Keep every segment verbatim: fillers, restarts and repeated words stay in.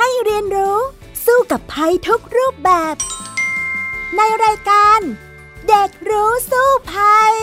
ให้เรียนรู้สู้กับภัยทุกรูปแบบในรายการเด็กรู้สู้ภัย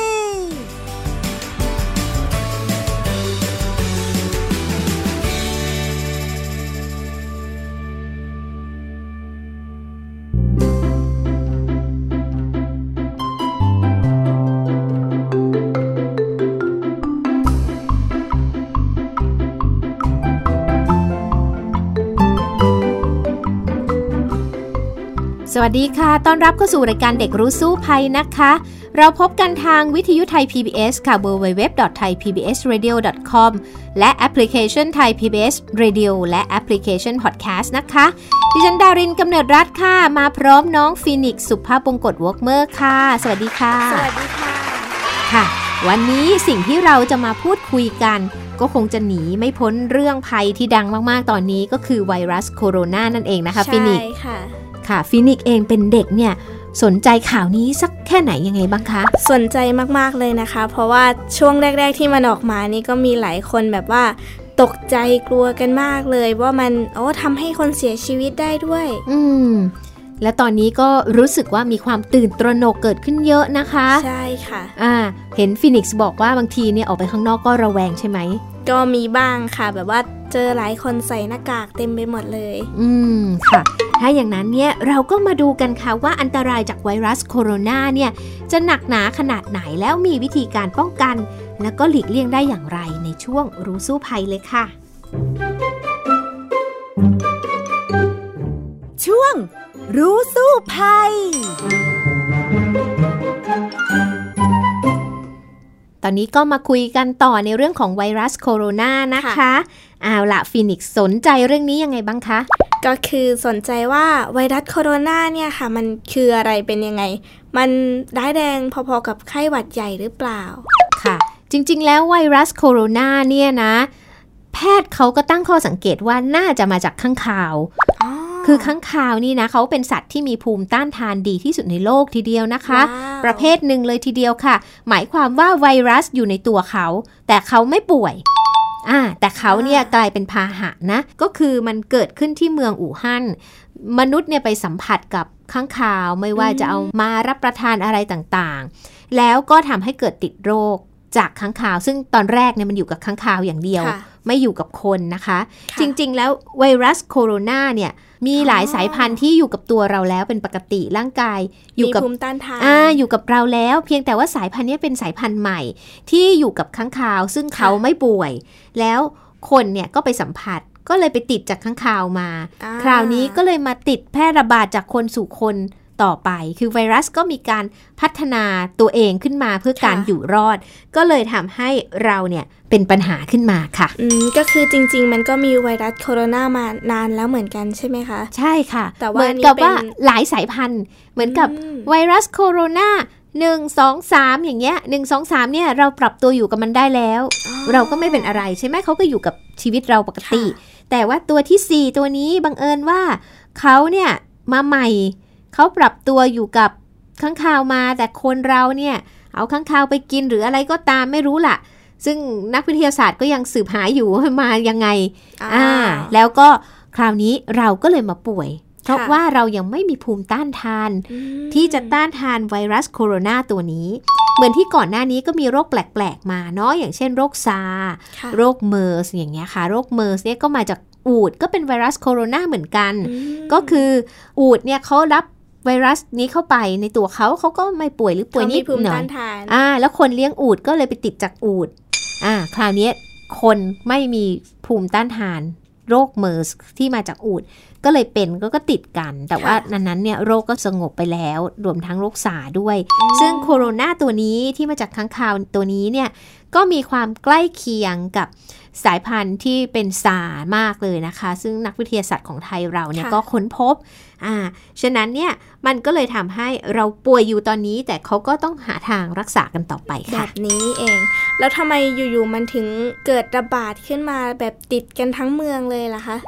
สวัสดีค่ะต้อนรับเข้าสู่รายการเด็กรู้สู้ภัยนะคะเราพบกันทางวิทยุไทย พี บี เอส ค่ะ ดับเบิลยู ดับเบิลยู ดับเบิลยู ดอท ไทย พี บี เอส เรดิโอ ดอท คอม และแอปพลิเคชัน Thai พี บี เอส Radio และแอปพลิเคชัน Podcast นะคะดิฉันดารินกำเนิดรัตน์ค่ะมาพร้อมน้องฟีนิกซ์สุภาพบงกตวอล์กเมอร์ค่ะสวัสดีค่ะสวัสดีค่ะค่ะวันนี้สิ่งที่เราจะมาพูดคุยกันก็คงจะหนีไม่พ้นเรื่องภัยที่ดังมากๆตอนนี้ก็คือไวรัสโคโรนานั่นเองนะคะฟีนิกซ์ใช่ค่ะค่ะฟีนิกซ์เองเป็นเด็กเนี่ยสนใจข่าวนี้สักแค่ไหนยังไงบ้างคะสนใจมากๆเลยนะคะเพราะว่าช่วงแรกๆที่มันออกมานี่ก็มีหลายคนแบบว่าตกใจกลัวกันมากเลยว่ามันโอ้ทำให้คนเสียชีวิตได้ด้วยอืมและตอนนี้ก็รู้สึกว่ามีความตื่นตระหนกเกิดขึ้นเยอะนะคะใช่ค่ะอ่าเห็นฟีนิกซ์บอกว่าบางทีเนี่ยออกไปข้างนอกก็ระแวงใช่ไหมก็มีบ้างค่ะแบบว่าเจอหลายคนใส่หน้ากากเต็มไปหมดเลยอืมค่ะถ้าอย่างนั้นเนี่ยเราก็มาดูกันค่ะว่าอันตรายจากไวรัสโคโรนาเนี่ยจะหนักหนาขนาดไหนแล้วมีวิธีการป้องกันแล้วก็หลีกเลี่ยงได้อย่างไรในช่วงรู้สู้ภัยเลยค่ะช่วงรู้สู้ภัยตอนนี้ก็มาคุยกันต่อในเรื่องของไวรัสโคโรนานะคะเอาล่ะฟีนิกซ์สนใจเรื่องนี้ยังไงบ้างคะก็คือสนใจว่าไวรัสโคโรนาเนี่ยค่ะมันคืออะไรเป็นยังไงมันร้ายแรงพอๆกับไข้หวัดใหญ่หรือเปล่าค่ะจริงๆแล้วไวรัสโคโรนาเนี่ยนะแพทย์เขาก็ตั้งข้อสังเกตว่าน่าจะมาจากค้างคาวคือค้างคาวนี่นะเขาเป็นสัตว์ที่มีภูมิต้านทานดีที่สุดในโลกทีเดียวนะคะ wow. ประเภทหนึ่งเลยทีเดียวค่ะหมายความว่าไวรัสอยู่ในตัวเขาแต่เขาไม่ป่วยอ่าแต่เขาเนี่ยกลายเป็นพาหะนะก็คือมันเกิดขึ้นที่เมืองอู่ฮั่นมนุษย์เนี่ยไปสัมผัสกับค้างคาวไม่ว่าจะเอามารับประทานอะไรต่างๆแล้วก็ทำให้เกิดติดโรคจากค้างคาวซึ่งตอนแรกเนี่ยมันอยู่กับค้างคาวอย่างเดียวไม่อยู่กับคนนะคะจริงๆแล้วไวรัสโคโรนาเนี่ยมีหลายสายพันธุ์ที่อยู่กับตัวเราแล้วเป็นปกติร่างกายอยู่กับภูมิต้านทานอ่าอยู่กับเราแล้วเพียงแต่ว่าสายพันธุ์นี้เป็นสายพันธุ์ใหม่ที่อยู่กับค้างคาวซึ่งเขาไม่ป่วยแล้วคนเนี่ยก็ไปสัมผัสก็เลยไปติดจากค้างคาวมาคราวนี้ก็เลยมาติดแพร่ระบาดจากคนสู่คนต่อไปคือไวรัสก็มีการพัฒนาตัวเองขึ้นมาเพื่อการอยู่รอดก็เลยทำให้เราเนี่ยเป็นปัญหาขึ้นมาค่ะอืมก็คือจริงๆมันก็มีไวรัสโคโรนามานานแล้วเหมือนกันใช่ไหมคะใช่ค่ะแต่ว่าเหมือนกับว่าหลายสายพันธุ์เหมือนกับไวรัสโคโรนาหนึ่ง สอง สามอย่างเงี้ยหนึ่ง สอง สามเนี่ยเราปรับตัวอยู่กับมันได้แล้วเราก็ไม่เป็นอะไรใช่ไหมเขาก็อยู่กับชีวิตเราปกติแต่ว่าตัวที่สี่ตัวนี้บังเอิญว่าเขาเนี่ยมาใหม่เขาปรับตัวอยู่กับค้างคาวมาแต่คนเราเนี่ยเอาค้างคาวไปกินหรืออะไรก็ตามไม่รู้ล่ะซึ่งนักวิทยาศาสตร์ก็ยังสืบหาอยู่มายังไงอ่าแล้วก็คราวนี้เราก็เลยมาป่วยเพราะว่าเรายังไม่มีภูมิต้านทานที่จะต้านทานไวรัสโคโรนาตัวนี้เหมือนที่ก่อนหน้านี้ก็มีโรคแปลกๆมาเนาะอย่างเช่นโรคซาร์โรคเมอร์สอย่างเงี้ยค่ะโรคเมอร์สเนี่ยก็มาจากอูฐก็เป็นไวรัสโคโรนาเหมือนกันก็คืออูฐเนี่ยเขารับไวรัสนี้เข้าไปในตัวเขาเขาก็ไม่ป่วยหรือป่วยนิดหน่อยอ่าแล้วคนเลี้ยงอูฐก็เลยไปติดจากอูฐอ่าคราวนี้คนไม่มีภูมิต้านทานโรคเมอร์สที่มาจากอูฐก็เลยเป็นก็ก็ติดกันแต่ว่านั้นๆเนี่ยโรคก็สงบไปแล้วรวมทั้งโรคซาร์ด้วยซึ่งโคโรนาตัวนี้ที่มาจากค้างคาวตัวนี้เนี่ยก็มีความใกล้เคียงกับสายพันธุ์ที่เป็นซาร์มากเลยนะคะซึ่งนักวิทยาศาสตร์ของไทยเราเนี่ยก็ค้นพบอ่าฉะนั้นเนี่ยมันก็เลยทำให้เราป่วยอยู่ตอนนี้แต่เขาก็ต้องหาทางรักษากันต่อไปค่ะแบบนี้เองแล้วทำไมอยู่ๆมันถึงเกิดระบาดขึ้นมาแบบติดกันทั้งเมืองเลยล่ะคะ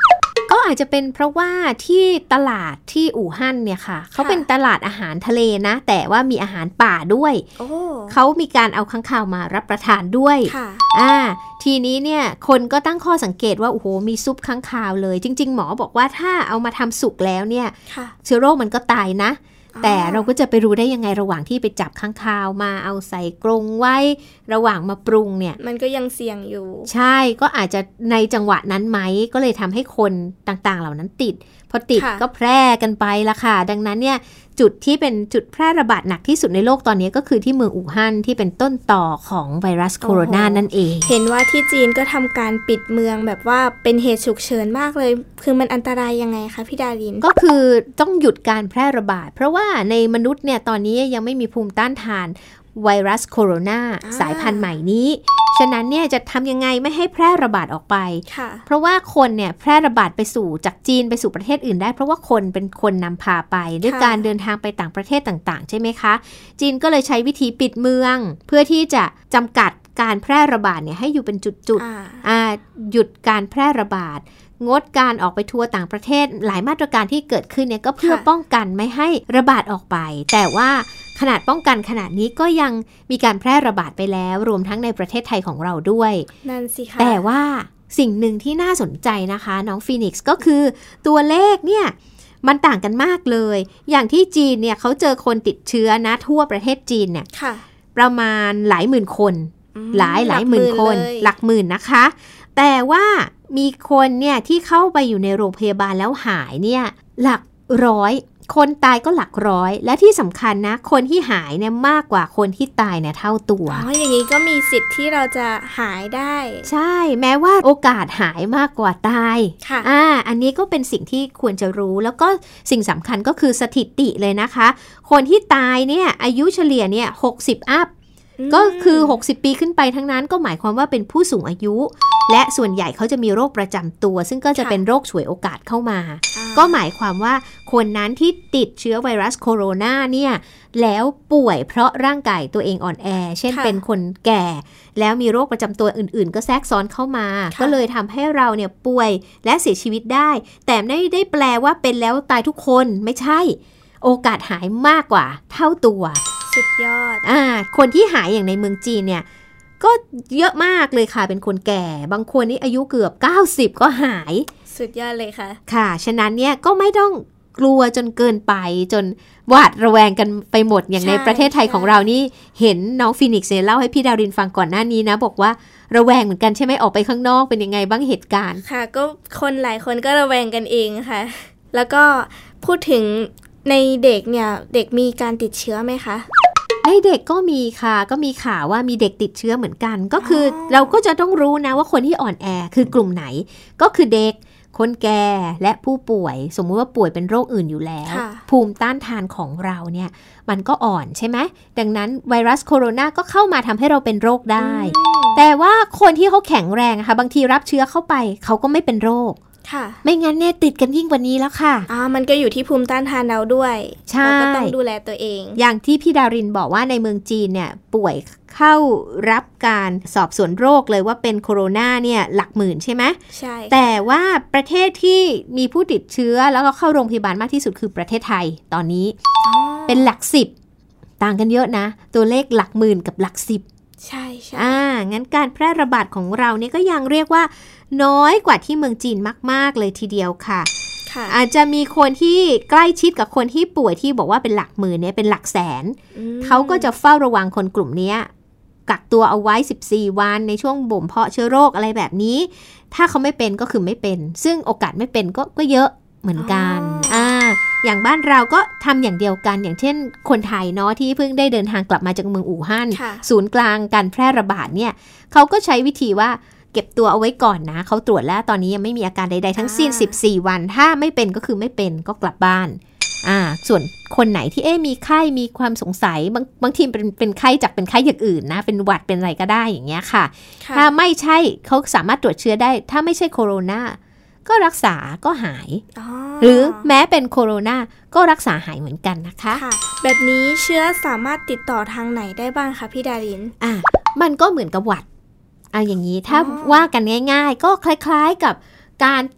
ก็อาจจะเป็นเพราะว่าที่ตลาดที่อู่ฮั่นเนี่ยค่ะเขาเป็นตลาดอาหารทะเลนะแต่ว่ามีอาหารป่าด้วยเขามีการเอาค้างคาวมารับประทานด้วยอ่าทีนี้เนี่ยคนก็ตั้งข้อสังเกตว่าโอ้โหมีซุปค้างคาวเลยจริงๆหมอบอกว่าถ้าเอามาทำสุกแล้วเนี่ยเชื้อโรคมันก็ตายนะแต่เราก็จะไปรู้ได้ยังไงระหว่างที่ไปจับค้างคาวมาเอาใส่กรงไว้ระหว่างมาปรุงเนี่ยมันก็ยังเสี่ยงอยู่ใช่ก็อาจจะในจังหวะนั้นไหมก็เลยทำให้คนต่างๆเหล่านั้นติดพอติดก็แพร่กันไปละค่ะดังนั้นเนี่ยจุดที่เป็นจุดแพร่ระบาดหนักที่สุดในโลกตอนนี้ก็คือที่เมืองอู่ฮั่นที่เป็นต้นต่อของไวรัสโคโรนานั่นเองเห็นว่าที่จีนก็ทำการปิดเมืองแบบว่าเป็นเหตุฉุกเฉินมากเลยคือมันอันตรายยังไงคะพี่ดารินก็คือต้องหยุดการแพร่ระบาดเพราะว่าในมนุษย์เนี่ยตอนนี้ยังไม่มีภูมิต้านทานไวรัสโคโรนาสายพันธุ์ใหม่นี้ฉะนั้นเนี่ยจะทำยังไงไม่ให้แพร่ระบาดออกไปเพราะว่าคนเนี่ยแพร่ระบาดไปสู่จากจีนไปสู่ประเทศอื่นได้เพราะว่าคนเป็นคนนำพาไปด้วยการเดินทางไปต่างประเทศต่างๆใช่ไหมคะจีนก็เลยใช้วิธีปิดเมืองเพื่อที่จะจำกัดการแพร่ระบาดเนี่ยให้อยู่เป็นจุดๆหยุดการแพร่ระบาดงดการออกไปทัวร์ต่างประเทศหลายมาตรการที่เกิดขึ้นเนี่ยก็เพื่อป้องกันไม่ให้ระบาดออกไปแต่ว่าขนาดป้องกันขนาดนี้ก็ยังมีการแพร่ระบาดไปแล้วรวมทั้งในประเทศไทยของเราด้วยนั่นสิคะแต่ว่าสิ่งหนึ่งที่น่าสนใจนะคะน้องฟีนิกซ์ก็คือตัวเลขเนี่ยมันต่างกันมากเลยอย่างที่จีนเนี่ยเขาเจอคนติดเชื้อนะทั่วประเทศจีนเนี่ยประมาณหลายหมื่นคนหลายหลายหมื่นคนหลักหมื่นนะคะแต่ว่ามีคนเนี่ยที่เข้าไปอยู่ในโรงพยาบาลแล้วหายเนี่ยหลักร้อยคนตายก็หลักร้อยและที่สำคัญนะคนที่หายเนี่ยมากกว่าคนที่ตายเนี่ยเท่าตัวอ๋ออย่างนี้ก็มีสิทธิ์ที่เราจะหายได้ใช่แม้ว่าโอกาสหายมากกว่าตายค่ะอ่าอันนี้ก็เป็นสิ่งที่ควรจะรู้แล้วก็สิ่งสำคัญก็คือสถิติเลยนะคะคนที่ตายเนี่ยอายุเฉลี่ยเนี่ยหกสิบอัพก็คือหกสิบปีขึ้นไปทั้งนั้นก็หมายความว่าเป็นผู้สูงอายุและส่วนใหญ่เขาจะมีโรคประจำตัวซึ่งก็จะเป็นโรคฉวยโอกาสเข้ามาก็หมายความว่าคนนั้นที่ติดเชื้อไวรัสโคโรนาเนี่ยแล้วป่วยเพราะร่างกายตัวเองอ่อนแอเช่นเป็นคนแก่แล้วมีโรคประจำตัวอื่นๆก็แทรกซ้อนเข้ามาก็เลยทำให้เราเนี่ยป่วยและเสียชีวิตได้แต่ไม่ได้แปลว่าเป็นแล้วตายทุกคนไม่ใช่โอกาสหายมากกว่าเท่าตัวสุดยอดอ่าคนที่หายอย่างในเมืองจีนเนี่ยก็เยอะมากเลยค่ะเป็นคนแก่บางคนนี่อายุเกือบเก้าสิบก็หายสุดยอดเลยค่ะค่ะฉะนั้นเนี่ยก็ไม่ต้องกลัวจนเกินไปจนหวาดระแวงกันไปหมดอย่างในประเทศไทยของเรานี่เห็นน้องฟีนิกซ์เนี่ยเล่าให้พี่ดารินฟังก่อนหน้านี้นะบอกว่าระแวงเหมือนกันใช่ไหมออกไปข้างนอกเป็นยังไงบ้างเหตุการณ์ค่ะก็คนหลายคนก็ระแวงกันเองค่ะแล้วก็พูดถึงในเด็กเนี่ยเด็กมีการติดเชื้อไหมคะในเด็กก็มีค่ะก็มีข่าวว่ามีเด็กติดเชื้อเหมือนกันก็คือเราก็จะต้องรู้นะว่าคนที่อ่อนแอคือกลุ่มไหนก็คือเด็กคนแก่และผู้ป่วยสมมุติว่าป่วยเป็นโรคอื่นอยู่แล้วภูมิต้านทานของเราเนี่ยมันก็อ่อนใช่ไหมดังนั้นไวรัสโคโรนาก็เข้ามาทำให้เราเป็นโรคได้แต่ว่าคนที่เขาแข็งแรงค่ะบางทีรับเชื้อเข้าไปเขาก็ไม่เป็นโรคไม่งั้นเนี่ยติดกันยิ่งกว่านี้แล้วค่ะอ่ามันก็อยู่ที่ภูมิต้านทานเราด้วยใช่เราก็ต้องดูแลตัวเองอย่างที่พี่ดารินบอกว่าในเมืองจีนเนี่ยป่วยเข้ารับการสอบสวนโรคเลยว่าเป็นโคโรนาเนี่ยหลักหมื่นใช่ไหมใช่แต่ว่าประเทศที่มีผู้ติดเชื้อแล้วก็เข้าโรงพยาบาลมากที่สุดคือประเทศไทยตอนนี้เป็นหลักสิบต่างกันเยอะนะตัวเลขหลักหมื่นกับหลักสิบใช่ใช่อ่างั้นการแพร่ระบาดของเราเนี่ยก็ยังเรียกว่าน้อยกว่าที่เมืองจีนมากๆเลยทีเดียวค่ะค่ะอาจจะมีคนที่ใกล้ชิดกับคนที่ป่วยที่บอกว่าเป็นหลักหมื่นเนี่ยเป็นหลักแสนเขาก็จะเฝ้าระวังคนกลุ่มนี้กักตัวเอาไว้สิบสี่วันในช่วงบ่มเพาะเชื้อโรคอะไรแบบนี้ถ้าเขาไม่เป็นก็คือไม่เป็นซึ่งโอกาสไม่เป็นก็ก็เยอะเหมือนกันอ่าอย่างบ้านเราก็ทำอย่างเดียวกันอย่างเช่นคนไทยเนาะที่เพิ่งได้เดินทางกลับมาจากเมืองอู่ฮั่นศูนย์กลางการแพร่ระบาดเนี่ยเขาก็ใช้วิธีว่าเก็บตัวเอาไว้ก่อนนะเขาตรวจแล้วตอนนี้ยังไม่มีอาการใดๆทั้งสิ้นสิบสี่วันถ้าไม่เป็นก็คือไม่เป็นก็กลับบ้านอ่าส่วนคนไหนที่เอ๊ะมีไข้มีความสงสัยบางบางทีเป็นเป็นไข้จากเป็นไข้อย่างอื่นนะเป็นหวัดเป็นอะไรก็ได้อย่างเงี้ยค่ะถ้าไม่ใช่เขาสามารถตรวจเชื้อได้ถ้าไม่ใช่โคโรนาก็รักษาก็หายหรือแม้เป็นโคโรนาก็รักษาหายเหมือนกันนะคะค่ะแบบนี้เชื้อสามารถติดต่อทางไหนได้บ้างคะพี่ดารินอ่ะมันก็เหมือนกับหวัดเอาอย่างนี้ถ้าว่ากันง่ายๆก็คล้ายๆกับการติด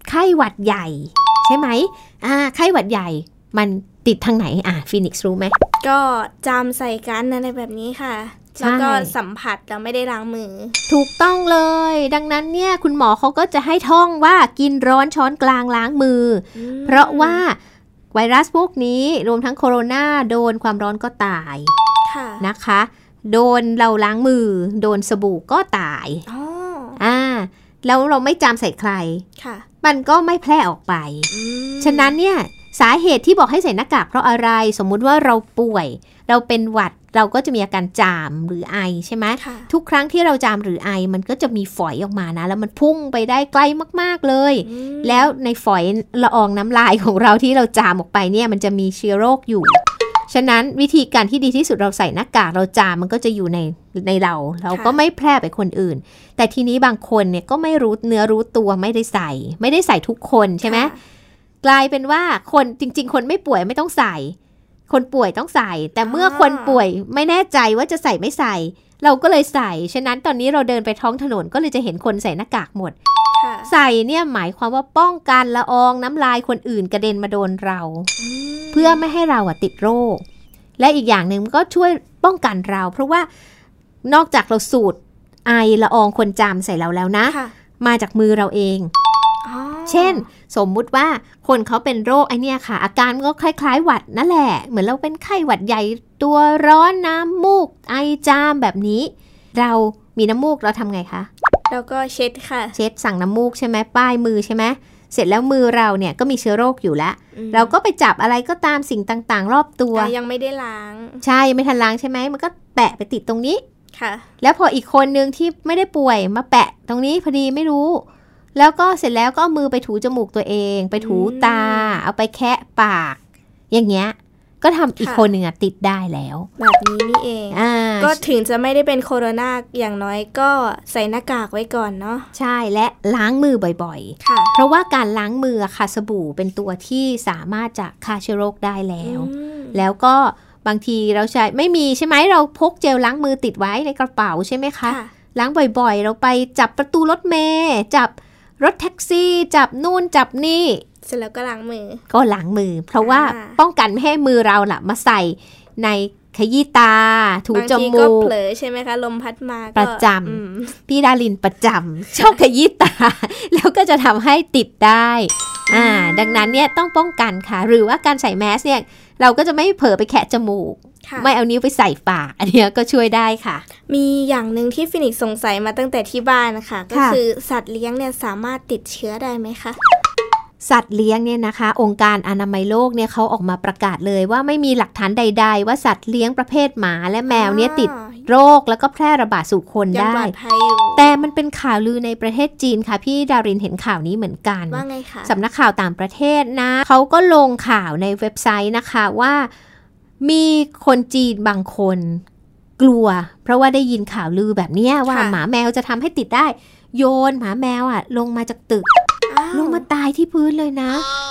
ไข้หวัดใหญ่ใช่ไหมอ่าไข้หวัดใหญ่มันติดทางไหนอ่ะฟีนิกซ์รู้ไหมก็จามใส่กันอะไรแบบนี้ค่ะแล้วก็สัมผัสแล้วไม่ได้ล้างมือถูกต้องเลยดังนั้นเนี่ยคุณหมอเขาก็จะให้ท่องว่ากินร้อนช้อนกลางล้างมือเพราะว่าไวรัสพวกนี้รวมทั้งโคโรนาโดนความร้อนก็ตายนะคะโดนเราล้างมือโดนสบู่ก็ตายอ่าแล้วเราไม่จามใส่ใครมันก็ไม่แพร่ออกไปฉะนั้นเนี่ยสาเหตุที่บอกให้ใส่หน้ากากเพราะอะไรสมมุติว่าเราป่วยเราเป็นหวัดเราก็จะมีอาการจามหรือไอใช่ไหมทุกครั้งที่เราจามหรือไอมันก็จะมีฝอยออกมานะแล้วมันพุ่งไปได้ไกลมากๆเลยแล้วในฝอยละอองน้ำลายของเราที่เราจามออกไปเนี่ยมันจะมีเชื้อโรคอยู่ฉะนั้นวิธีการที่ดีที่สุดเราใส่หน้ากากเราจามมันก็จะอยู่ในในเราเราก็ไม่แพร่ไปคนอื่นแต่ทีนี้บางคนเนี่ยก็ไม่รู้เนื้อรู้ตัวไม่ได้ใส่ไม่ได้ใส่ทุกคนใช่ไหมกลายเป็นว่าคนจริงๆคนไม่ป่วยไม่ต้องใส่คนป่วยต้องใส่แต่เมื่อคนป่วยไม่แน่ใจว่าจะใส่ไม่ใส่เราก็เลยใส่ฉะนั้นตอนนี้เราเดินไปท้องถนนก็เลยจะเห็นคนใส่หน้ากากหมดใส่เนี่ยหมายความว่าป้องกันละอองน้ำลายคนอื่นกระเด็นมาโดนเราเพื่อไม่ให้เราอะติดโรคและอีกอย่างหนึ่งก็ช่วยป้องกันเราเพราะว่านอกจากเราสูดไอละอองคนจามใส่เราแล้วนะมาจากมือเราเองเช่นสมมุติว่าคนเขาเป็นโรคไอเนี่ยค่ะอาการมันก็คล้ายๆหวัดนั่นแหละเหมือนเราเป็นไข้หวัดใหญ่ตัวร้อนน้ำมูกไอจามแบบนี้เรามีน้ำมูกเราทำไงคะเราก็เช็ดค่ะเช็ดสั่งน้ำมูกใช่ไหมป้ายมือใช่ไหมเสร็จแล้วมือเราเนี่ยก็มีเชื้อโรคอยู่แล้วเราก็ไปจับอะไรก็ตามสิ่งต่างๆรอบตัวยังไม่ได้ล้างใช่ไม่ทันล้างใช่ไหมมันก็แปะไปติดตรงนี้ค่ะแล้วพออีกคนนึงที่ไม่ได้ป่วยมาแปะตรงนี้พอดีไม่รู้แล้วก็เสร็จแล้วก็เอามือไปถูจมูกตัวเองไปถูตาเอาไปแคะปากอย่างเงี้ยก็ทำอีกคนหนึ่งอะติดได้แล้วแบบนี้นี่เองก็ถึงจะไม่ได้เป็นโคโรนาอย่างน้อยก็ใส่หน้ากากไว้ก่อนเนาะใช่และล้างมือบ่อยๆเพราะว่าการล้างมือค่ะสบู่เป็นตัวที่สามารถจะฆ่าเชื้อโรคได้แล้วแล้วก็บางทีเราใช้ไม่มีใช่ไหมเราพกเจลล้างมือติดไว้ในกระเป๋าใช่ไหมคะล้างบ่อยๆเราไปจับประตูรถเมล์จับรถแท็กซี่จับนู่นจับนี่เสร็จแล้วก็ล้างมือก็ล้างมือเพราะว่าป้องกันไม่ให้มือเราล่ะมาใส่ในขยี้ตาถูจมูกบางทีก็เผลอใช่ไหมคะลมพัดมาประจำพี่ดารินประจำชอบขยี้ตาแล้วก็จะทำให้ติดได้อ่าดังนั้นเนี่ยต้องป้องกันค่ะหรือว่าการใส่แมสเนี่ยเราก็จะไม่เผลอไปแคะจมูกไม่เอานิ้วไปใส่ปากอันนี้ก็ช่วยได้ค่ะมีอย่างหนึ่งที่ฟินิกซ์สงสัยมาตั้งแต่ที่บ้านนะคะก็คือสัตว์เลี้ยงเนี่ยสามารถติดเชื้อได้ไหมคะสัตว์เลี้ยงเนี่ยนะคะองค์การอนามัยโลกเนี่ยเขาออกมาประกาศเลยว่าไม่มีหลักฐานใดๆว่าสัตว์เลี้ยงประเภทหมาและแมวเนี่ยติดโรคแล้วก็แพร่ระบาดสู่คนได้แต่มันเป็นข่าวลือในประเทศจีนค่ะพี่ดารินเห็นข่าวนี้เหมือนกันว่าไงคะสำนักข่าวต่างประเทศนะเขาก็ลงข่าวในเว็บไซต์นะคะว่ามีคนจีนบางคนกลัวเพราะว่าได้ยินข่าวลือแบบนี้ว่าหมาแมวจะทำให้ติดได้โยนหมาแมวอ่ะลงมาจากตึกลงมาตายที่พื้นเลยนะ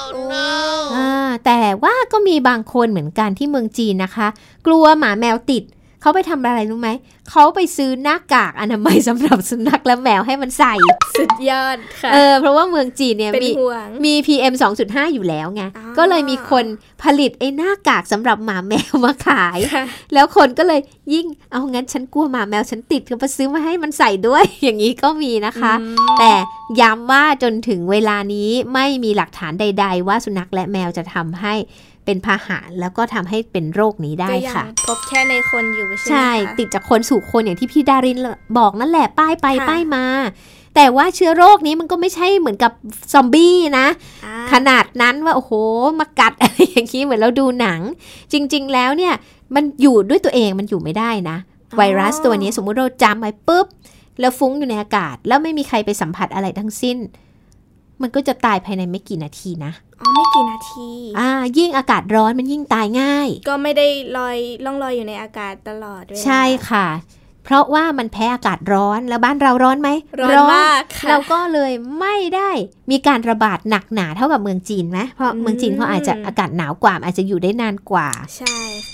oh. แต่ว่าก็มีบางคนเหมือนกันที่เมืองจีนนะคะกลัวหมาแมวติดเขาไปทำอะไรรู้ไหมเขาไปซื้อหน้ากากอนามัยสำหรับสุนัขและแมวให้มันใส่สุดยอดค่ะเออเพราะว่าเมืองจีนเนี่ยมีมี พี เอ็ม สองจุดห้า อยู่แล้วไงก็เลยมีคนผลิตไอ้หน้ากากสำหรับหมาแมวมาขายแล้วคนก็เลยยิ่งเอางั้นฉันกลัวหมาแมวฉันติดก็ไปซื้อมาให้มันใส่ด้วย อย่างนี้ก็มีนะคะแต่ย้ำว่าจนถึงเวลานี้ไม่มีหลักฐานใดๆว่าสุนัขและแมวจะทำให้เป็นพาหะแล้วก็ทำให้เป็นโรคนี้ได้ค่ะพบแค่ในคนอยู่ใช่ไหมคะใช่ติดจากคนสู่คนอย่างที่พี่ดารินบอกนั่นแหละป้ายไปป้ายมาแต่ว่าเชื้อโรคนี้มันก็ไม่ใช่เหมือนกับซอมบี้นะขนาดนั้นว่าโอ้โหมากัดอะไรอย่างนี้เหมือนเราดูหนังจริงๆแล้วเนี่ยมันอยู่ด้วยตัวเองมันอยู่ไม่ได้นะไวรัสตัวนี้สมมุติเราจำไว้ปุ๊บแล้วฟุ้งอยู่ในอากาศแล้วไม่มีใครไปสัมผัสอะไรทั้งสิ้นมันก็จะตายภายในไม่กี่นาทีนะอ๋อไม่กี่นาทีอ่ายิ่งอากาศร้อนมันยิ่งตายง่ายก็ไม่ได้ลอยล่องลอยอยู่ในอากาศตลอดด้วยใช่ค่ะเพราะว่ามันแพ้อากาศร้อนแล้วบ้านเราร้อนไหมร้อนมากค่ะเราก็เลยไม่ได้มีการระบาดหนักหนาเท่ากับเมืองจีนไหมเพราะเมืองจีนเขาอาจจะอากาศหนาวกว่าอาจจะอยู่ได้นานกว่าใช่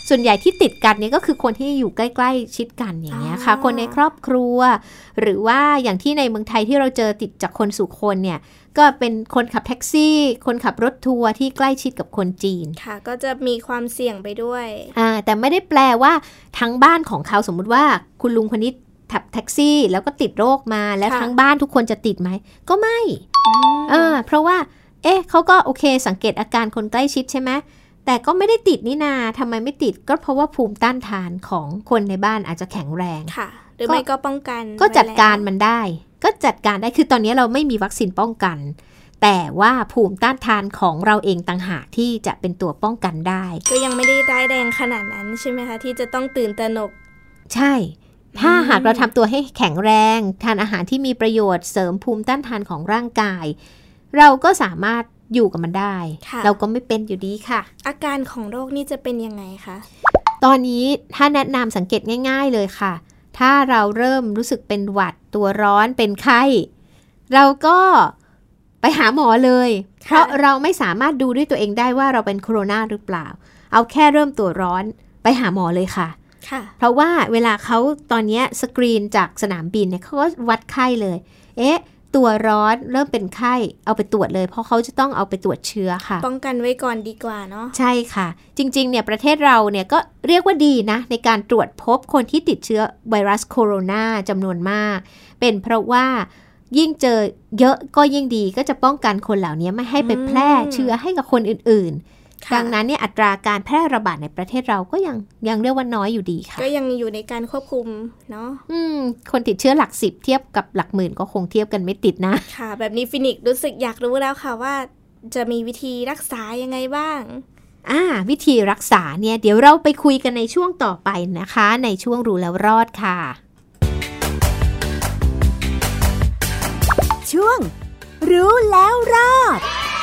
ส่วนใหญ่ที่ติดกันเนี่ยก็คือคนที่อยู่ใกล้ๆชิดกันอย่างเงี้ยค่ะคนในครอบครัวหรือว่าอย่างที่ในเมืองไทยที่เราเจอติดจากคนสู่คนเนี่ยก็เป็นคนขับแท็กซี่คนขับรถทัวร์ที่ใกล้ชิดกับคนจีนค่ะก็จะมีความเสี่ยงไปด้วยอ่าแต่ไม่ได้แปลว่าทั้งบ้านของเขาสมมุติว่าคุณลุงคนนี้ขับแท็กซี่แล้วก็ติดโรคมาแล้วทั้งบ้านทุกคนจะติดไหมก็ไม่อ่าเพราะว่าเอ๊ะเขาก็โอเคสังเกตอาการคนใกล้ชิดใช่ไหมแต่ก็ไม่ได้ติดนี่นาทำไมไม่ติดก็เพราะว่าภูมิต้านทานของคนในบ้านอาจจะแข็งแรงค่ะหรือไม่ก็ป้องกันก็จัดการมันได้ก็จัดการได้คือตอนนี้เราไม่มีวัคซีนป้องกันแต่ว่าภูมิต้านทานของเราเองต่างหากที่จะเป็นตัวป้องกันได้ก็ยังไม่ได้ร้ายแรงขนาดนั้นใช่ไหมคะที่จะต้องตื่นตระหนกใช่ถ้าหากเราทำตัวให้แข็งแรงทานอาหารที่มีประโยชน์เสริมภูมิต้านทานของร่างกายเราก็สามารถอยู่กับมันได้เราก็ไม่เป็นอยู่ดีค่ะอาการของโรคนี้จะเป็นยังไงคะตอนนี้ถ้าแนะนำสังเกตง่ายๆเลยค่ะถ้าเราเริ่มรู้สึกเป็นหวัดตัวร้อนเป็นไข้เราก็ไปหาหมอเลยเพราะเราไม่สามารถดูด้วยตัวเองได้ว่าเราเป็นโควิดหรือเปล่าเอาแค่เริ่มตัวร้อนไปหาหมอเลยค่ะเพราะว่าเวลาเขาตอนนี้สกรีนจากสนามบินเนี่ยเขาก็วัดไข้เลยเอ๊ะตัวร้อนเริ่มเป็นไข้เอาไปตรวจเลยเพราะเขาจะต้องเอาไปตรวจเชื้อค่ะป้องกันไว้ก่อนดีกว่าเนาะใช่ค่ะจริงๆเนี่ยประเทศเราเนี่ยก็เรียกว่าดีนะในการตรวจพบคนที่ติดเชื้อไวรัสโคโรนาจำนวนมากเป็นเพราะว่ายิ่งเจอเยอะก็ยิ่งดีก็จะป้องกันคนเหล่านี้ไม่ให้ไปแพร่เชื้อให้กับคนอื่นๆดังนั้นเนี่ยอัตราการแพร่ระบาดในประเทศเราก็ยังยังเรียกว่าน้อยอยู่ดีค่ะก็ยังอยู่ในการควบคุมเนาะอืมคนติดเชื้อหลักสิบเทียบกับหลักหมื่นก็คงเทียบกันไม่ติดนะค่ะแบบนี้ฟินิกรู้สึกอยากรู้แล้วค่ะว่าจะมีวิธีรักษายังไงบ้างอ่าวิธีรักษาเนี่ยเดี๋ยวเราไปคุยกันในช่วงต่อไปนะคะในช่วงรู้แล้วรอดค่ะช่วงรู้แล้วรอด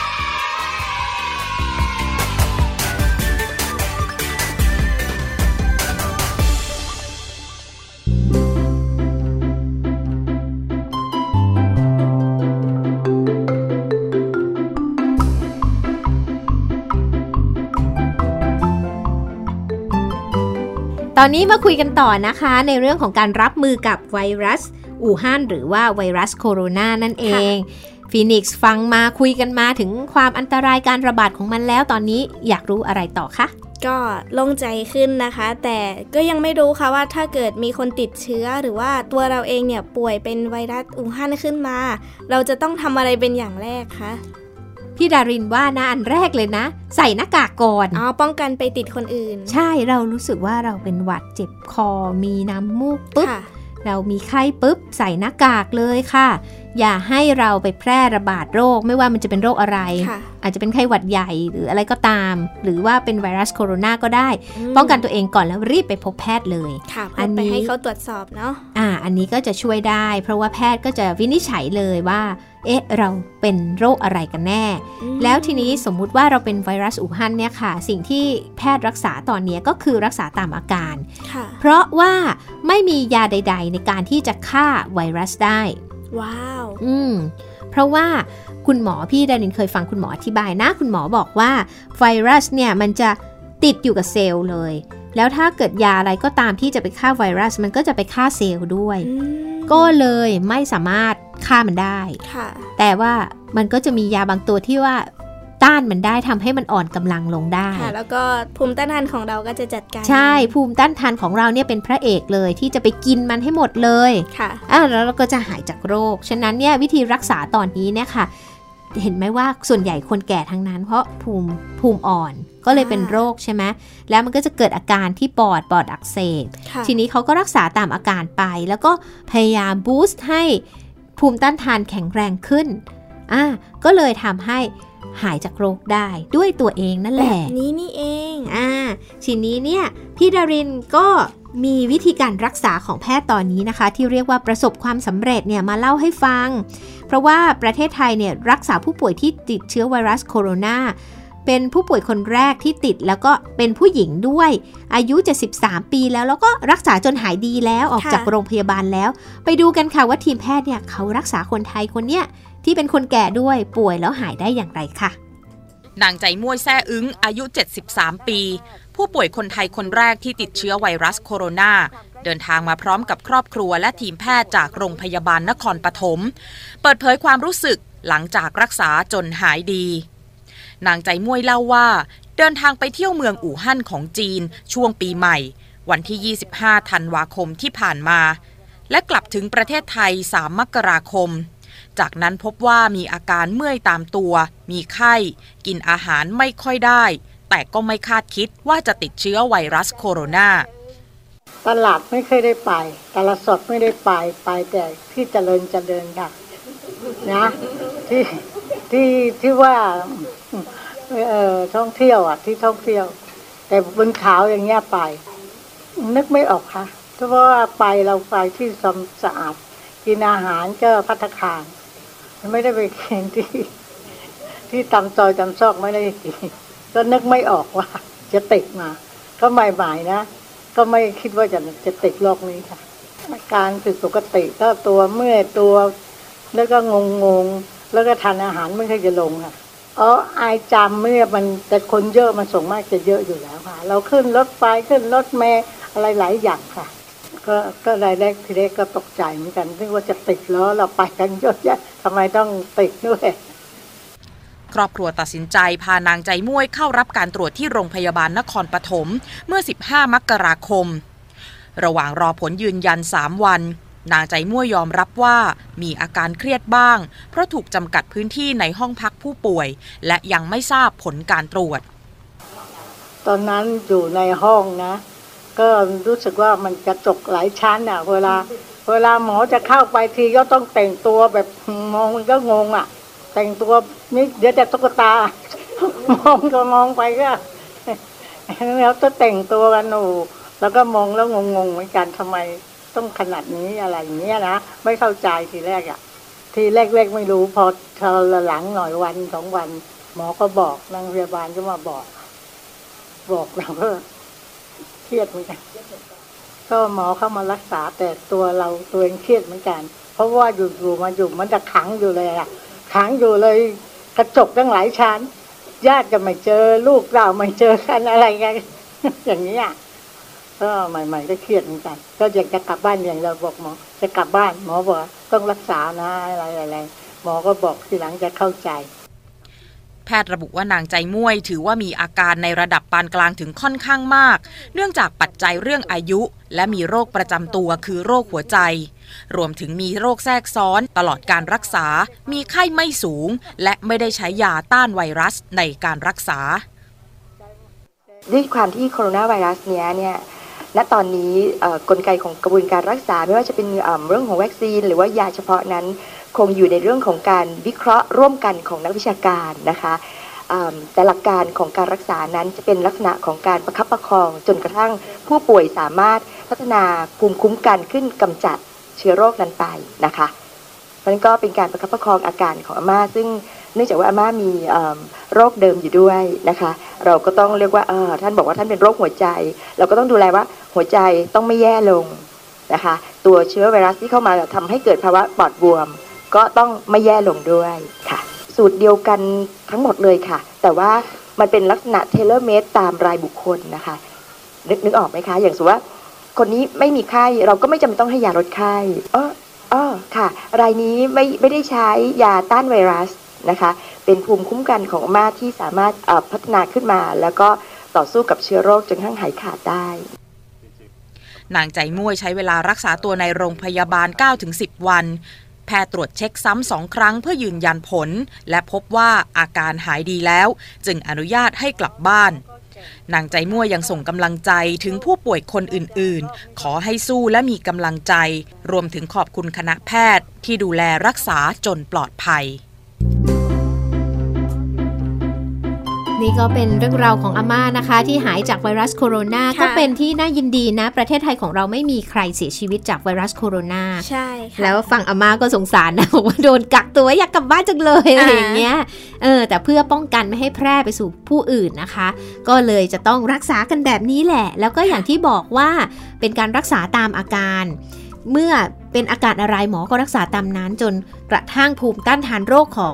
ตอนนี้มาคุยกันต่อนะคะในเรื่องของการรับมือกับไวรัสอู่ฮั่นหรือว่าไวรัสโคโรนานั่นเองฟีนิกซ์ฟังมาคุยกันมาถึงความอันตรายการระบาดของมันแล้วตอนนี้อยากรู้อะไรต่อคะก็โล่งใจขึ้นนะคะแต่ก็ยังไม่รู้ค่ะว่าถ้าเกิดมีคนติดเชื้อหรือว่าตัวเราเองเนี่ยป่วยเป็นไวรัสอู่ฮั่นขึ้นมาเราจะต้องทำอะไรเป็นอย่างแรกคะพี่ดารินว่านะอันแรกเลยนะใส่หน้ากากก่อนอ๋อป้องกันไปติดคนอื่นใช่เรารู้สึกว่าเราเป็นหวัดเจ็บคอมีน้ำมูกปุ๊บเรามีไข้ปุ๊บใส่หน้ากากเลยค่ะอย่าให้เราไปแพร่ระบาดโรคไม่ว่ามันจะเป็นโรคอะไรอาจจะเป็นไข้หวัดใหญ่หรืออะไรก็ตามหรือว่าเป็นไวรัสโคโรนาก็ได้ป้องกันตัวเองก่อนแล้วรีบไปพบแพทย์เลยค่ะอันนี้ไปให้เขาตรวจสอบเนาะอ่าอันนี้ก็จะช่วยได้เพราะว่าแพทย์ก็จะวินิจฉัยเลยว่าเอ๊ะเราเป็นโรคอะไรกันแน่แล้วทีนี้สมมุติว่าเราเป็นไวรัสอู่ฮั่นเนี่ยค่ะสิ่งที่แพทย์รักษาตอนนี้ก็คือรักษาตามอาการเพราะว่าไม่มียาใดๆในการที่จะฆ่าไวรัสได้ว้าวอืมเพราะว่าคุณหมอพี่ดารินเคยฟังคุณหมออธิบายนะคุณหมอบอกว่าไวรัสเนี่ยมันจะติดอยู่กับเซลล์เลยแล้วถ้าเกิดยาอะไรก็ตามที่จะไปฆ่าไวรัสมันก็จะไปฆ่าเซลล์ด้วยก็เลยไม่สามารถฆ่ามันได้แต่ว่ามันก็จะมียาบางตัวที่ว่าต้านมันได้ทำให้มันอ่อนกำลังลงได้ค่ะแล้วก็ภูมิต้านทานของเราก็จะจัดการใช่ภูมิต้านทานของเราเนี่ยเป็นพระเอกเลยที่จะไปกินมันให้หมดเลยค่ะอ่าแล้วเราก็จะหายจากโรคฉะนั้นเนี่ยวิธีรักษาตอนนี้เนี่ยค่ะเห็นไหมว่าส่วนใหญ่คนแก่ทั้งนั้นเพราะภูมิภูมิอ่อนก็เลยเป็นโรคใช่ไหมแล้วมันก็จะเกิดอาการที่ปอดปอดอักเสบทีนี้เขาก็รักษาตามอาการไปแล้วก็พยายามบูสต์ให้ภูมิต้านทานแข็งแรงขึ้นอ่าก็เลยทำให้หายจากโรคได้ด้วยตัวเองนั่นแหละแบบนี้นี่เองอ่าทีนี้เนี่ยพี่ดารินก็มีวิธีการรักษาของแพทย์ตอนนี้นะคะที่เรียกว่าประสบความสำเร็จเนี่ยมาเล่าให้ฟังเพราะว่าประเทศไทยเนี่ยรักษาผู้ป่วยที่ติดเชื้อไวรัสโคโรนาเป็นผู้ป่วยคนแรกที่ติดแล้วก็เป็นผู้หญิงด้วยอายุเจ็ดสิบสามปีแล้วแล้วก็รักษาจนหายดีแล้วออกจากโรงพยาบาลแล้วไปดูกันค่ะว่าทีมแพทย์เนี่ยเขารักษาคนไทยคนเนี้ยที่เป็นคนแก่ด้วยป่วยแล้วหายได้อย่างไรค่ะนางใจม่วยแซ่อึ้งอายุเจ็ดสิบสามปีผู้ป่วยคนไทยคนแรกที่ติดเชื้อไวรัสโคโรนาเดินทางมาพร้อมกับครอบครัวและทีมแพทย์จากโรงพยาบาลนครปฐมเปิดเผยความรู้สึกหลังจากรักษาจนหายดีนางใจม่วยเล่าว่าเดินทางไปเที่ยวเมืองอู่ฮั่นของจีนช่วงปีใหม่วันที่ยี่สิบห้าธันวาคมที่ผ่านมาและกลับถึงประเทศไทยสามมกราคมจากนั้นพบว่ามีอาการเมื่อยตามตัวมีไข้กินอาหารไม่ค่อยได้แต่ก็ไม่คาดคิดว่าจะติดเชื้อไวรัสโคโรนาตลาดไม่เคยได้ไปตลาดสดไม่ได้ไปไปแต่ที่เจริญเจริญค่ะนะที่ที่ที่ว่าเอ่อท่องเที่ยวอ่ะที่ท่องเที่ยวแต่บนเขาอย่างเงี้ยไปนึกไม่ออกค่ะเพราะว่าไปเราไปที่สะอาดกินอาหารก็ภัตตาคารไม่ได้ไปกินที่ที่ตำซอยตำซอกไม่ได้กินก็นึกไม่ออกว่าจะติดมาก็ใหม่ๆนะก็ไม่คิดว่าจะจะติดโรคนี้ค่ะอาการผิดปกติก็ตัวเมื่อยตัวแล้วก็งงๆแล้วก็ทานอาหารไม่ค่อยจะลงค่ะอ๋อไอจามเมื่อมันแต่คนเยอะมันส่งมากจะเยอะอยู่แล้วค่ะเราขึ้นรถไฟขึ้นรถเมล์อะไรหลายอย่างค่ะก็ก็รายแรกทีแรกก็ตกใจเหมือนกันนึกว่าจะติดแล้วเราไปกันเยอะแยะทำไมต้องติดด้วยครอบครัวตัดสินใจพานางใจม่วยเข้ารับการตรวจที่โรงพยาบาลนครปฐมเมื่อสิบห้ามกราคมระหว่างรอผลยืนยันสามวันนางใจม่วยยอมรับว่ามีอาการเครียดบ้างเพราะถูกจำกัดพื้นที่ในห้องพักผู้ป่วยและยังไม่ทราบผลการตรวจตอนนั้นอยู่ในห้องนะก็รู้สึกว่ามันกระจกหลายชั้นอ่ะเวลาเวลาหมอจะเข้าไปทีก็ต้องแต่งตัวแบบมองมันก็งงอ่ะแต่งตัวนี่เดี๋ยวจะตุ๊กตามองก็มองไปก็แล้วก็แต่งตัวกันหนูแล้วก็มองแล้วงงๆเหมือนกันทำไมต้องขนาดนี้อะไรอย่างเงี้ยนะไม่เข้าใจทีแรกอ่ะทีแรกๆไม่รู้พอพอหลังหน่อยวันสองวันหมอก็บอกนางพยาบาลก็มาบอกบอกเราก็เครียดเหมือนกันก็หมอเข้ามารักษาแต่ตัวเราตัวเองเครียดเหมือนกันเพราะว่าอยู่ๆมาอยู่มันจะขังอยู่เลยอ่ะขังอยู่เลยกระจกตั้งหลายชั้นญาติก็ไม่เจอลูกเราไม่เจอกันอะไรกันอย่างนี้อ่ะก็ใหม่ๆก็เครียดเหมือนกันก็อยากจะกลับบ้านอย่างเราบอกหมอจะกลับบ้านหมอบอกต้องรักษานะอะไรอะไรหมอก็บอกทีหลังจะเข้าใจแพทย์ระบุว่านางใจม่วยถือว่ามีอาการในระดับปานกลางถึงค่อนข้างมากเนื่องจากปัจจัยเรื่องอายุและมีโรคประจำตัวคือโรคหัวใจรวมถึงมีโรคแทรกซ้อนตลอดการรักษามีไข้ไม่สูงและไม่ได้ใช้ยาต้านไวรัสในการรักษาด้วยความที่โคโรนาไวรัสเนี้ยเนี่ยณตอนนี้กลไกของกระบวนการรักษาไม่ว่าจะเป็นเรื่องของวัคซีนหรือว่ายาเฉพาะนั้นคงอยู่ในเรื่องของการวิเคราะห์ร่วมกันของนักวิชาการนะคะแต่หลักการของการรักษานั้นจะเป็นลักษณะของการประคับประคองจนกระทั่งผู้ป่วยสามารถพัฒนาภูมิคุ้มกันขึ้นกำจัดเชื้อโรคนั้นไปนะคะเพราะนั้นก็เป็นการประคับประคองอาการของอาม่าซึ่งเนื่องจากว่าอาม่ามีโรคเดิมอยู่ด้วยนะคะเราก็ต้องเรียกว่าท่านบอกว่าท่านเป็นโรคหัวใจเราก็ต้องดูแลว่าหัวใจต้องไม่แย่ลงนะคะตัวเชื้อไวรัสที่เข้ามาทำให้เกิดภาวะปอดบวมก็ต้องไม่แย่ลงด้วยค่ะสูตรเดียวกันทั้งหมดเลยค่ะแต่ว่ามันเป็นลักษณะเทเลอร์เมดตามรายบุคคลนะคะนึกนึกออกไหมคะอย่างสมมติว่าคนนี้ไม่มีไข้เราก็ไม่จำเป็นต้องให้ยาลดไข้อ๋ออ๋อค่ะรายนี้ไม่ไม่ได้ใช้ยาต้านไวรัสนะคะเป็นภูมิคุ้มกันของอาม่าที่สามารถพัฒนาขึ้นมาแล้วก็ต่อสู้กับเชื้อโรคจนกระทั่งหายขาดได้นางใจม่วยใช้เวลารักษาตัวในโรงพยาบาล เก้าถึงสิบ วันแพทย์ตรวจเช็คซ้ำสองครั้งเพื่อยืนยันผลและพบว่าอาการหายดีแล้วจึงอนุญาตให้กลับบ้านนางใจม่วยยังส่งกำลังใจถึงผู้ป่วยคนอื่นๆขอให้สู้และมีกำลังใจรวมถึงขอบคุณคณะแพทย์ที่ดูแลรักษาจนปลอดภัยนี่ก็เป็นเรื่องราวของอาม่านะคะที่หายจากไวรัสโคโรนาก็เป็นที่น่ายินดีนะประเทศไทยของเราไม่มีใครเสียชีวิตจากไวรัสโคโรนาใช่ค่ะแล้วฟังอาม่าก็สงสารนะบอกว่าโดนกักตัวอยากกลับบ้านจังเลยอะไรอย่างเงี้ยเออแต่เพื่อป้องกันไม่ให้แพร่ไปสู่ผู้อื่นนะคะก็เลยจะต้องรักษากันแบบนี้แหละแล้วก็อย่างที่บอกว่าเป็นการรักษาตามอาการเมื่อเป็นอาการอะไรหมอก็รักษาตามนั้นจนกระทั่งภูมิต้านทานโรคของ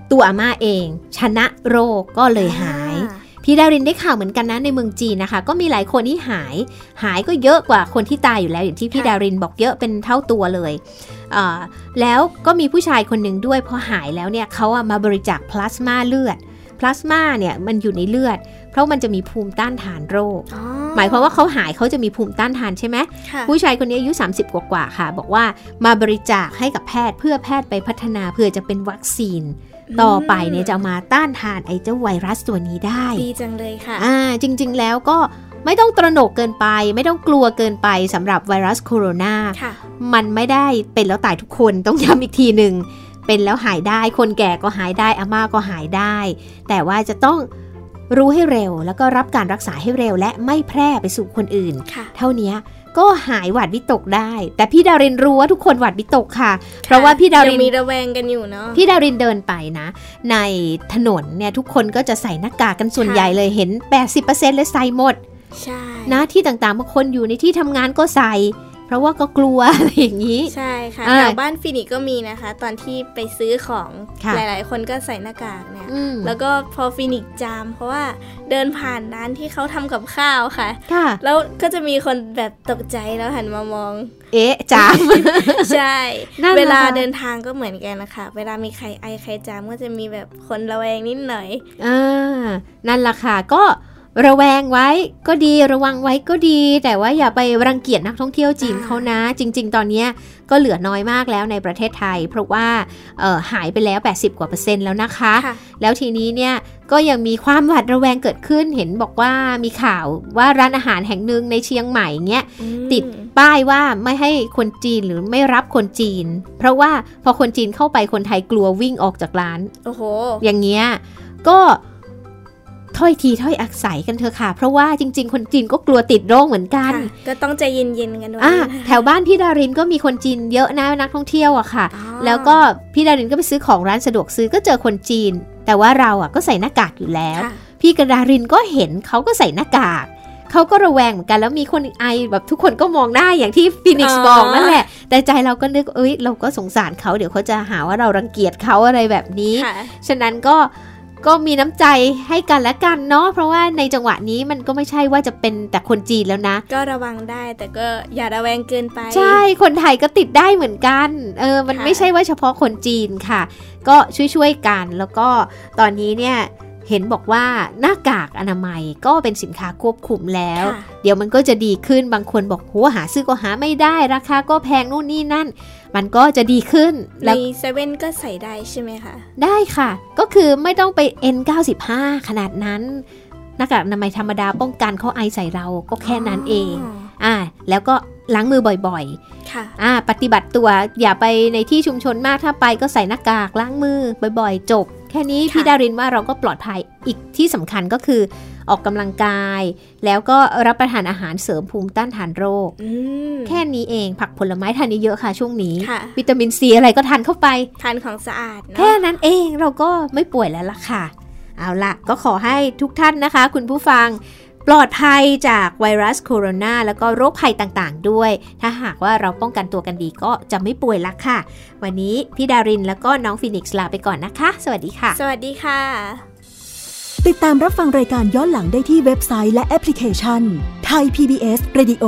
ตัวอาม่าเองชนะโรคก็เลยหายพี่ดารินได้ข่าวเหมือนกันนะในเมืองจีนนะคะก็มีหลายคนที่หายหายก็เยอะกว่าคนที่ตายอยู่แล้วอย่างที่พี่ดารินบอกเยอะเป็นเท่าตัวเลยแล้วก็มีผู้ชายคนหนึ่งด้วยพอหายแล้วเนี่ยเขามาบริจาคพลาสมาเลือดพลาสมาเนี่ยมันอยู่ในเลือดเพราะมันจะมีภูมิต้านทานโรคหมายความว่าเขาหายเขาจะมีภูมิต้านทานใช่ไหมผู้ชายคนนี้อายุสามสิบกว่าๆค่ะบอกว่ามาบริจาคให้กับแพทย์เพื่อแพทย์ไปพัฒนาเพื่อจะเป็นวัคซีนต่อไปเนี่ยจะมาต้านทานไอ้เจ้าไวรัสตัวนี้ได้ดีจังเลยค่ะอ่าจริงๆแล้วก็ไม่ต้องตระหนกเกินไปไม่ต้องกลัวเกินไปสำหรับไวรัสโคโรนามันไม่ได้เป็นแล้วตายทุกคนต้องย้ำอีกทีหนึ่งเป็นแล้วหายได้คนแก่ก็หายได้อาม่าก็หายได้แต่ว่าจะต้องรู้ให้เร็วแล้วก็รับการรักษาให้เร็วและไม่แพร่ไปสู่คนอื่นเท่านี้ก็หายหวัดวิตกได้แต่พี่ดารินรู้ว่าทุกคนหวัดวิตกค่ะเพราะว่าพี่ดารินมีระแวงกันอยู่เนาะพี่ดารินเดินไปนะในถนนเนี่ยทุกคนก็จะใส่หน้ากากกันส่วนใหญ่เลยเห็น แปดสิบเปอร์เซ็นต์ เลยใส่หมดใช่นะที่ต่างๆบางคนอยู่ในที่ทำงานก็ใส่เพราะว่าก็กลัวอะไรอย่างนี้ใช่ค่ะแถวบ้านฟินิกก็มีนะคะตอนที่ไปซื้อของหลายๆคนก็ใส่หน้ากากเนี่ยแล้วก็พอฟินิกจามเพราะว่าเดินผ่านร้านที่เขาทำกับข้าวค่ะแล้วก็จะมีคนแบบตกใจแล้วหันมามองเอ๊ะจามใช่เวลาเดินทางก็เหมือนกันนะคะเวลามีใครไอใครจามก็จะมีแบบคนระแวงนิดหน่อยอ่านั่นล่ะค่ะก็ระแวงไว้ก็ดีระวังไว้ก็ดีแต่ว่าอย่าไปรังเกียจนักท่องเที่ยวจีนเขานะจริงๆตอนนี้ก็เหลือน้อยมากแล้วในประเทศไทยเพราะว่าเอ่อหายไปแล้วแปดสิบกว่าเปอร์เซ็นต์แล้วนะคะแล้วทีนี้เนี่ยก็ยังมีความหวาดระแวงเกิดขึ้นเห็นบอกว่ามีข่าวว่าร้านอาหารแห่งหนึ่งในเชียงใหม่เงี้ยติดป้ายว่าไม่ให้คนจีนหรือไม่รับคนจีนเพราะว่าพอคนจีนเข้าไปคนไทยกลัววิ่งออกจากร้านโอ้โหอย่างเงี้ยก็ถ้อยทีถ้อยอาศัยกันเถอะค่ะเพราะว่าจริงๆคนจีนก็กลัวติดโรคเหมือนกันก็ต้องใจเย็นๆกันด้วยแถวบ้านพี่ดารินก็มีคนจีนเยอะนะนักท่องเที่ยวอะค่ะแล้วก็พี่ดารินก็ไปซื้อของร้านสะดวกซื้อก็เจอคนจีนแต่ว่าเราอะก็ใส่หน้ากากอยู่แล้วพี่กระดารินก็เห็นเขาก็ใส่หน้ากากเขาก็ระแวงเหมือนกันแล้วมีคนไอแบบทุกคนก็มองหน้าอย่างที่ฟินิกซ์บอกนั่นแหละแต่ใจเราก็นึกเอ้ยเราก็สงสารเขาเดี๋ยวเขาจะหาว่าเรารังเกียจเขาอะไรแบบนี้ฉะนั้นก็ก็มีน้ำใจให้กันและกันเนาะเพราะว่าในจังหวะนี้มันก็ไม่ใช่ว่าจะเป็นแต่คนจีนแล้วนะก็ระวังได้แต่ก็อย่าระแวงเกินไปใช่คนไทยก็ติดได้เหมือนกันเออมันไม่ใช่ว่าเฉพาะคนจีนค่ะก็ช่วยๆกันแล้วก็ตอนนี้เนี่ยเห็นบอกว่าหน้ากากอนามัยก็เป็นสินค้าควบคุมแล้วเดี๋ยวมันก็จะดีขึ้นบางคนบอกโหหาซื้อก็หาไม่ได้ราคาก็แพงนู่นนี่นั่นมันก็จะดีขึ้นในเซเว่นก็ใส่ได้ใช่ไหมคะได้ค่ะก็คือไม่ต้องไป เอ็น เก้าสิบห้า ขนาดนั้นหน้ากากอนามัยธรรมดาป้องกันเขาไอใส่เราก็แค่นั้นเองอ่าแล้วก็ล้างมือบ่อยๆค่ะอ่าปฏิบัติตัวอย่าไปในที่ชุมชนมากถ้าไปก็ใส่หน้ากากล้างมือบ่อยๆจบแค่นี้พี่ดารินว่าเราก็ปลอดภัยอีกที่สำคัญก็คือออกกำลังกายแล้วก็รับประทานอาหารเสริมภูมิต้านทานโรคแค่นี้เองผักผลไม้ทานเยอะๆค่ะช่วงนี้วิตามินซีอะไรก็ทานเข้าไปทานของสะอาดแค่นั้นเองเราก็ไม่ป่วยแล้วล่ะค่ะเอาล่ะก็ขอให้ทุกท่านนะคะคุณผู้ฟังปลอดภัยจากไวรัสโคโรนาแล้วก็โรคภัยต่างๆด้วยถ้าหากว่าเราป้องกันตัวกันดีก็จะไม่ป่วยละค่ะวันนี้พี่ดารินแล้วก็น้องฟีนิกซ์ลาไปก่อนนะคะสวัสดีค่ะสวัสดีค่ะติดตามรับฟังรายการย้อนหลังได้ที่เว็บไซต์และแอปพลิเคชัน Thai พี บี เอส Radio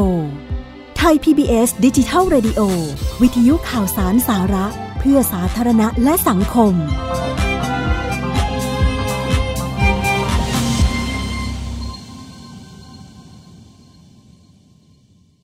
Thai พี บี เอส Digital Radio วิทยุข่าวสารสาระเพื่อสาธารณะและสังคม